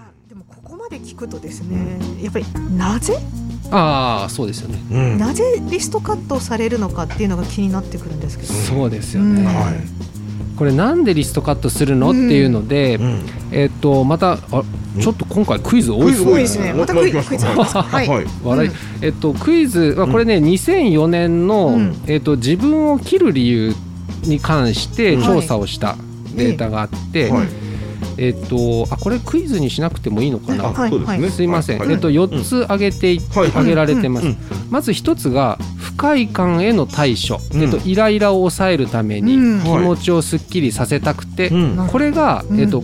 でもここまで聞くとですね、やっぱりなぜそうですよね、 なぜリストカットされるのかっていうのが気になってくるんですけど。 そうですよね、これなんでリストカットするのっていうので、またちょっと今回クイズ多いですね。またクイズクイズはこれね、2004年の自分を切る理由に関して調査をしたデータがあって、これクイズにしなくてもいいのかな。すいません。4つ挙げられてます。まず1つが不快感への対処、イライラを抑えるために気持ちをすっきりさせたくて、これが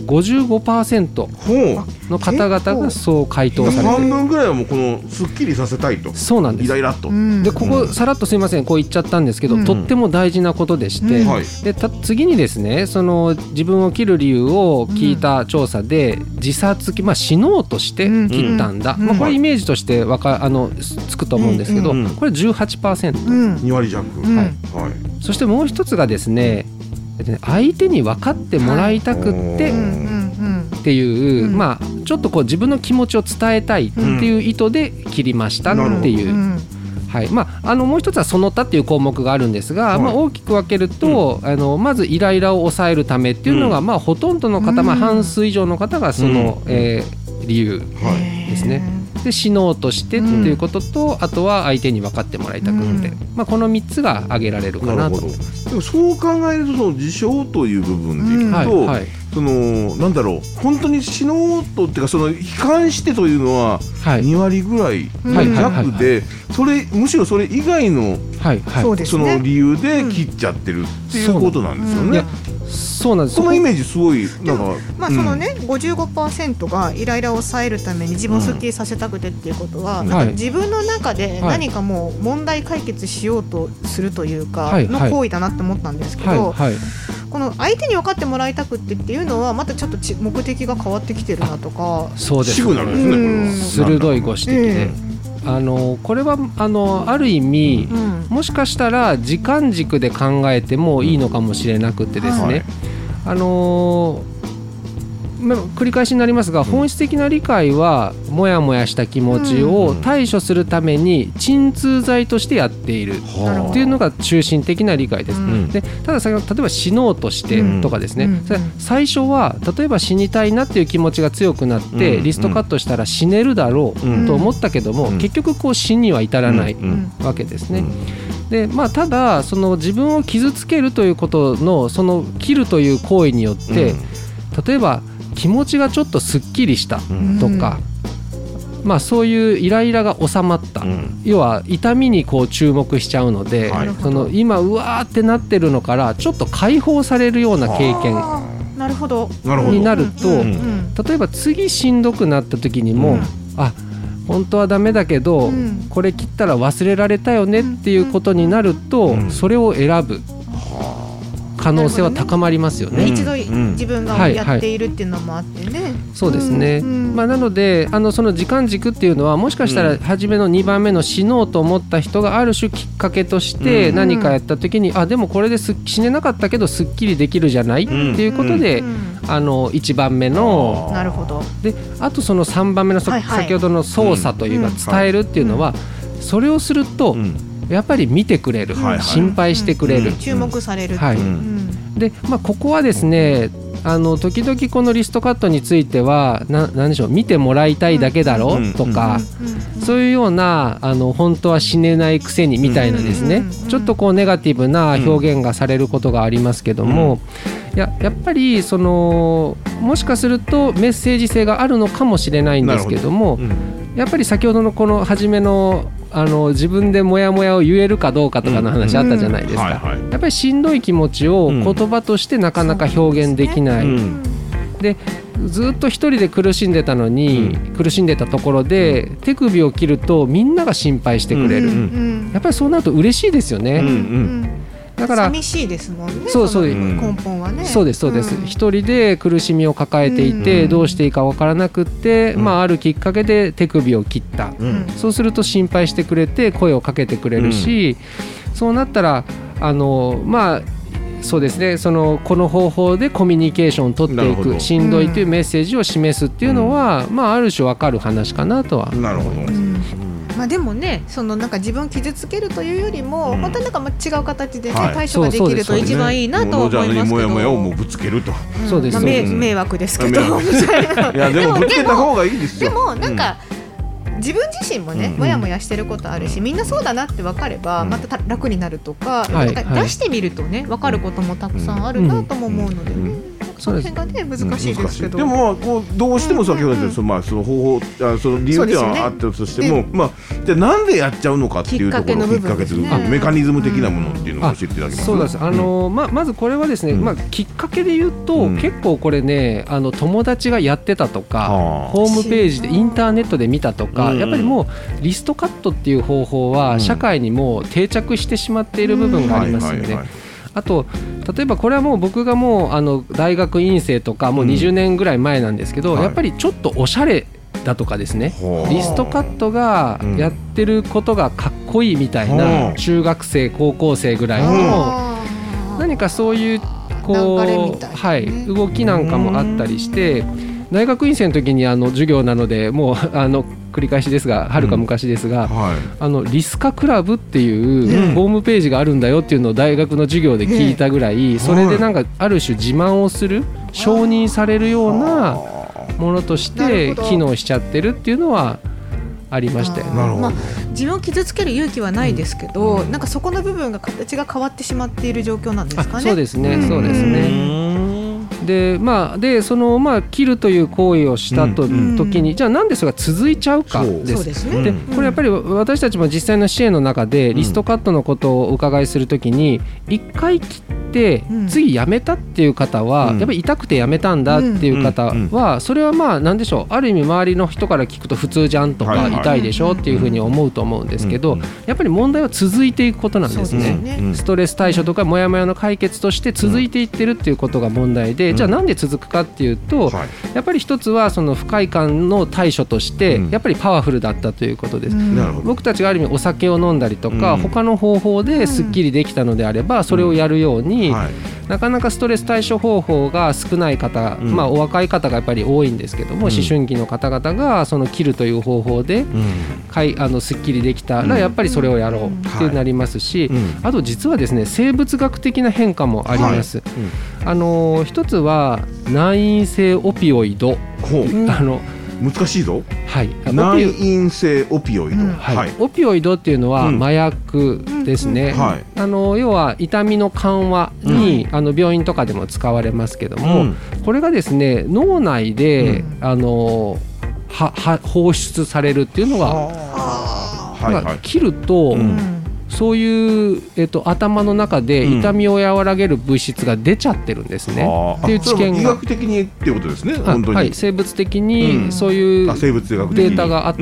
55% の方々がそう回答されてる。 半分ぐらいはもうこのすっきりさせたいと。 そうなんです。 イライラと。 でここさらっとすいませんこう言っちゃったんですけど、とっても大事なことでして、で次にですね、その自分を切る理由を聞いた調査で、自殺、死のうとして切ったんだ、これイメージとしてつくと思うんですけど、これ 18%、 2割弱、 そしてもう一つがですね、相手に分かってもらいたくってっていう、ちょっとこう自分の気持ちを伝えたいっていう意図で切りましたっていう、もう一つはその他っていう項目があるんですが、大きく分けると、まずイライラを抑えるためっていうのが、ほとんどの方、半数以上の方がその、理由ですね。で死のうとしてっていうことと、あとは相手に分かってもらいたくて、この3つが挙げられるかなと。でもそう考えると、その自傷という部分でいくと、そのなんだろう、本当に死のうとっていうか、その悲観してというのは2割ぐらい弱で、むしろそれ以外のその理由で切っちゃってるっていうことなんですよね。 そうなんです。 そのイメージすごいなんか、 そのね 55% がイライラを抑えるために自分をすっきりさせたくてっていうことは、自分の中で何かもう問題解決しようとするというかの行為だなって思ったんですけど、この相手に分かってもらいたくってっていうのはまたちょっと目的が変わってきてるなとか。 そうですね、 シグナルですね、これは鋭いご指摘で、これはある意味、もしかしたら時間軸で考えてもいいのかもしれなくてですね、繰り返しになりますが、本質的な理解はモヤモヤした気持ちを対処するために鎮痛剤としてやっているっていうのが中心的な理解です。でただ例えば死のうとしてとかですね、最初は例えば死にたいなっていう気持ちが強くなってリストカットしたら死ねるだろうと思ったけども、結局こう死には至らないわけですね。でただその自分を傷つけるということのその切るという行為によって、例えば気持ちがちょっとすっきりしたとか、そういうイライラが収まった、要は痛みにこう注目しちゃうので、その今うわーってなってるのからちょっと解放されるような経験になると、例えば次しんどくなった時にも、本当はダメだけど、これ切ったら忘れられたよねっていうことになると、それを選ぶ可能性は高まりますよね。 一度自分がやっているっていうのもあってね。 そうですね、なのでその時間軸っていうのはもしかしたら初めの2番目の死のうと思った人がある種きっかけとして何かやった時に、でもこれで死ねなかったけどすっきりできるじゃないっていうことで、1番目のなるほど。 であとその3番目の先ほどの操作というか伝えるっていうのは、それをするとやっぱり見てくれる、心配してくれる、 注目される、 でここはですね、時々このリストカットについては何でしょう、見てもらいたいだけだろとか、そういうような本当は死ねないくせにみたいなですね、ちょっとこうネガティブな表現がされることがありますけども、やっぱりもしかするとメッセージ性があるのかもしれないんですけども、やっぱり先ほどのこの初めの自分でモヤモヤを言えるかどうかとかの話あったじゃないですか。やっぱりしんどい気持ちを言葉としてなかなか表現できない、でずっと一人で苦しんでたのに、苦しんでたところで手首を切るとみんなが心配してくれる、やっぱりそうなると嬉しいですよね。だから寂しいですもんね。 そう根本はね。 そうですそうです、一人で苦しみを抱えていて、どうしていいか分からなくって、あるきっかけで手首を切った、そうすると心配してくれて声をかけてくれるし、そうなったらそうですね、この方法でコミュニケーションを取っていく、しんどいというメッセージを示すっていうのは、ある種分かる話かなとは思います。なるほど。 でもね、なんか自分を傷つけるというよりも、本当になんか違う形で、対処ができると一番いいなと思いますけど、 もやもやをもうぶつけると、 そうです、 迷惑ですけど、いやでもぶつけた方がいいですよ。 でもなんか自分自身もね、もやもやしてることあるし、みんなそうだなって分かればまた楽になるとか、出してみるとね分かることもたくさんあるなとも思うのでね、その辺がね難しいですけど、 でもどうしても先ほど言ったその方法、その理由ではあったとしても、じゃあなんでやっちゃうのかっていうところ、きっかけというかメカニズム的なものっていうのを教えていただけますか。 そうです。まずこれはですね、きっかけで言うと、結構これね、友達がやってたとか、ホームページでインターネットで見たとか、やっぱりもうリストカットっていう方法は社会にもう定着してしまっている部分がありますよね。あと例えばこれはもう僕がもう大学院生とかもう20年ぐらい前なんですけど、やっぱりちょっとおしゃれだとかですね、リストカットがやってることがかっこいいみたいな中学生高校生ぐらいの何かそういう動きなんかもあったりして、大学院生の時に授業なのでもう繰り返しですが、はるか昔ですが、リスカクラブっていうホームページがあるんだよっていうのを大学の授業で聞いたぐらい、それでなんかある種自慢をする、承認されるようなものとして機能しちゃってるっていうのはありましたよね。 自分を傷つける勇気はないですけど、なんかそこの部分が形が変わってしまっている状況なんですかね。 そうですね、そうですね。で切るという行為をした時に、じゃあなんでそれが続いちゃうかです。でこれやっぱり私たちも実際の支援の中でリストカットのことをお伺いするときに、1回切って次やめたっていう方は、やっぱり痛くてやめたんだっていう方は、それは何でしょう、ある意味周りの人から聞くと普通じゃんとか痛いでしょっていうふうに思うと思うんですけど、やっぱり問題は続いていくことなんですね。ストレス対処とかモヤモヤの解決として続いていってるっていうことが問題で、じゃあなんで続くかっていうと、やっぱり一つはその不快感の対処としてやっぱりパワフルだったということです。僕たちがある意味お酒を飲んだりとか、他の方法ですっきりできたのであればそれをやるように、なかなかストレス対処方法が少ない方、お若い方がやっぱり多いんですけども、思春期の方々がその切るという方法ですっきりできたらやっぱりそれをやろうってなりますし、あと実はですね、生物学的な変化もあります。一つは難因性オピオイド、 難しいぞ。難因性オピオイド、 オピオイドっていうのは麻薬ですね。要は痛みの緩和に病院とかでも使われますけども、これがですね脳内で放出されるっていうのが、切るとそういう、頭の中で痛みを和らげる物質が出ちゃってるんですね。っていう知見が医学的にっていうことですね。本当に、 生物的にそういうデータがあって、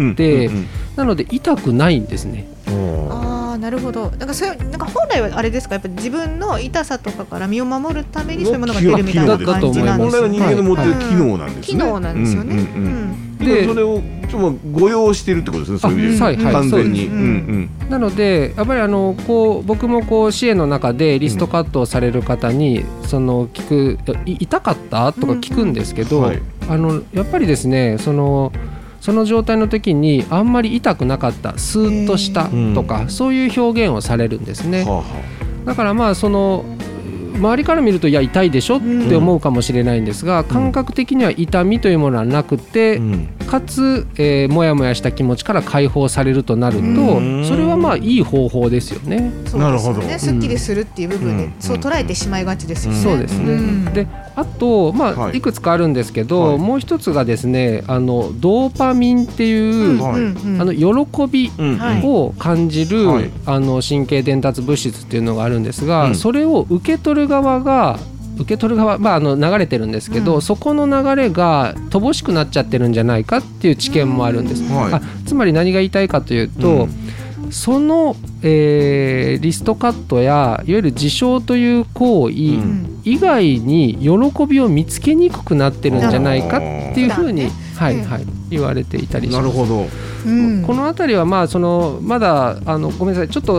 なので痛くないんですね。 なるほど。なんか本来はあれですか、やっぱり自分の痛さとかから身を守るためにそういうものが出るみたいな感じなんですよね。 本来の人間の持っている機能なんですね。 機能なんですよね。 でそれをちょっと誤用しているってことですね。そういう完全に。 なのでやっぱり僕も支援の中でリストカットをされる方に聞く、痛かったとか聞くんですけど、やっぱりですねその状態の時にあんまり痛くなかった、スーッとしたとか、そういう表現をされるんですね。だから周りから見るといや痛いでしょって思うかもしれないんですが、感覚的には痛みというものはなくて、かつ、もやもやした気持ちから解放されるとなると、それはいい方法ですよね。 なるほど。すっきりするっていう部分でそう捉えてしまいがちですよね。 そうですね。であと、いくつかあるんですけど、もう一つがですねドーパミンっていう、喜びを感じる、神経伝達物質っていうのがあるんですが、それを受け取る側、流れてるんですけど、そこの流れが乏しくなっちゃってるんじゃないかっていう知見もあるんです。つまり何が言いたいかというと、その、リストカットやいわゆる自傷という行為以外に喜びを見つけにくくなってるんじゃないかっていうふうに、言われていたりします。 なるほど。 このあたりはまだごめんなさい、ちょっと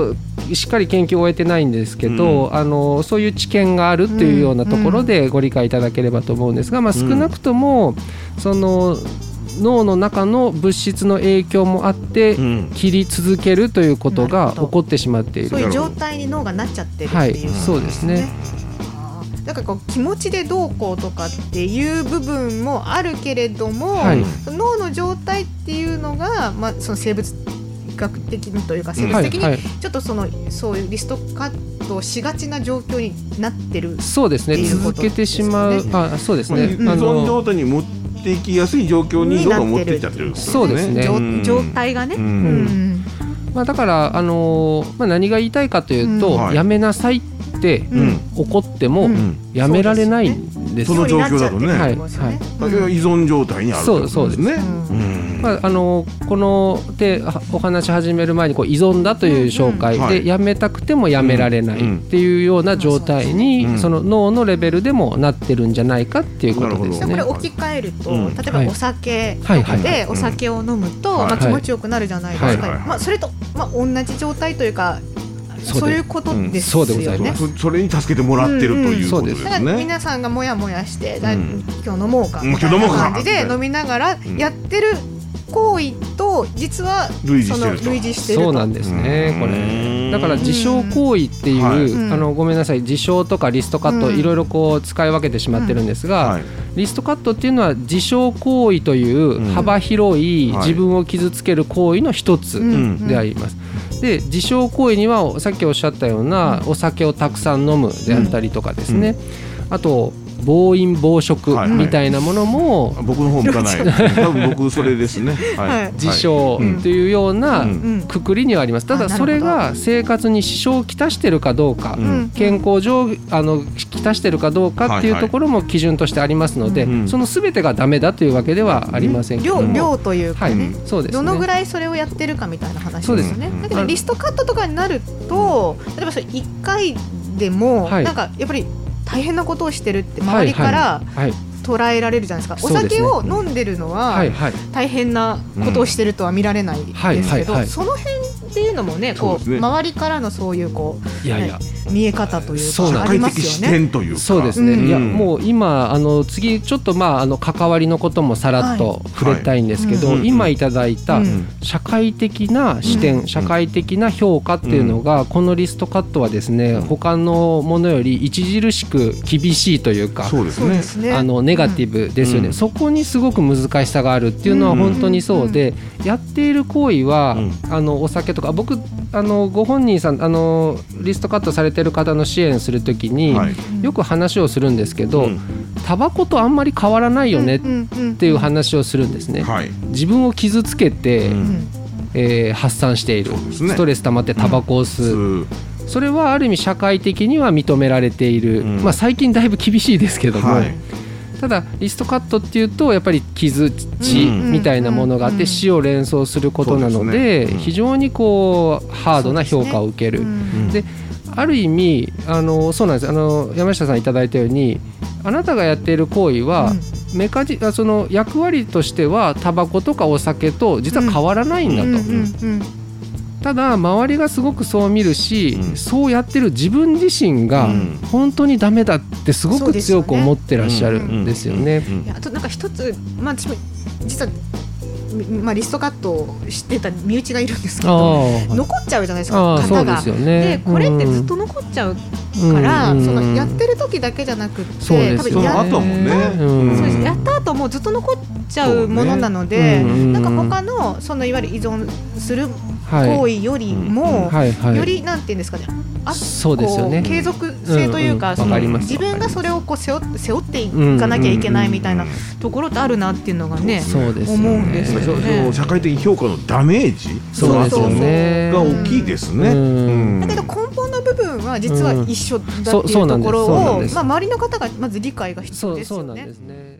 しっかり研究を終えてないんですけど、そういう知見があるというようなところでご理解いただければと思うんですが、少なくともその脳の中の物質の影響もあって切り続けるということが起こってしまっている、 そういう状態に脳がなっちゃってるっていう、 そうですね。 だから気持ちでどうこうとかっていう部分もあるけれども、脳の状態っていうのが、その生物学的にというか生物的にちょっとそういうリストカットしがちな状況になってる、 そうですね、続けてしまう、そうですね、 依存状態に持っていきやすい状況にどんどん持っていっちゃってる、 そうですね、 状態がね、 だから何が言いたいかというと、やめなさいって怒ってもやめられないんです。 その状況だとね、依存状態にあるということですね。 このでお話し始める前に依存だという紹介で、やめたくてもやめられないっていうような状態にその脳のレベルでもなってるんじゃないかっていうことですね。 これ置き換えると、例えばお酒とかでお酒を飲むと気持ちよくなるじゃないですか。それと同じ状態というか、そういうことですよね。 それに助けてもらってるということですね。 だから皆さんがもやもやして、今日飲もうかみたいな感じで飲みながらやってる行為と実は類似してると。 そうなんですね、これだから自傷行為っていう、ごめんなさい、自傷とかリストカット、いろいろ使い分けてしまってるんですが、リストカットっていうのは自傷行為という幅広い自分を傷つける行為の一つであります。で自傷行為にはさっきおっしゃったようなお酒をたくさん飲むであったりとかですね、あと暴飲暴食みたいなものも、 僕の方向かない多分僕それですね、 自傷というようなくくりにはあります。ただそれが生活に支障をきたしてるかどうか、健康上きたしてるかどうかっていうところも基準としてありますので、その全てがダメだというわけではありませんけども、 量というかね、 そうですね、 どのぐらいそれをやってるかみたいな話ですよね。だけどリストカットとかになると、例えばそれ1回でもなんかやっぱり大変なことをしてるって周りから捉えられるじゃないですか。お酒を飲んでるのは大変なことをしてるとは見られないですけど、その辺っていうのもね、周りからのそういう見え方というかありますよね。 社会的視点というか。 そうですね。いやもう今次ちょっと関わりのこともさらっと触れたいんですけど、今いただいた社会的な視点、社会的な評価っていうのがこのリストカットはですね、他のものより著しく厳しいというか、ネガティブですよね。そこにすごく難しさがあるっていうのは本当にそうで、やっている行為はお酒とか、僕ご本人さんリストカットされてる方の支援するときによく話をするんですけど、タバコとあんまり変わらないよねっていう話をするんですね。自分を傷つけて発散している、ストレス溜まってタバコを吸う、それはある意味社会的には認められている、最近だいぶ厳しいですけども、ただリストカットっていうとやっぱり傷血みたいなものがあって死を連想することなので、非常にハードな評価を受ける。である意味そうなんです。山下さんいただいたように、あなたがやっている行為はその役割としてはタバコとかお酒と実は変わらないんだと。ただ周りがすごくそう見るし、そうやってる自分自身が本当にダメだってすごく強く思ってらっしゃるんですよね。 あとなんか一つ、私も実はリストカットをしてた身内がいるんですけど、残っちゃうじゃないですか、型が。でこれってずっと残っちゃうから、そのやってる時だけじゃなくて、多分やった後もずっと残っちゃうものなので、なんか他のそのいわゆる依存する行為よりも、よりなんていうんですかね、 そうですよね、 継続性というか、自分がそれを背負っていかなきゃいけないみたいなところってあるなっていうのがね、思うんですよね。 社会的評価のダメージが大きいですね。 だけど根本の部分は実は一緒だっていうところを、周りの方がまず理解が必要ですよね。 そうなんですね。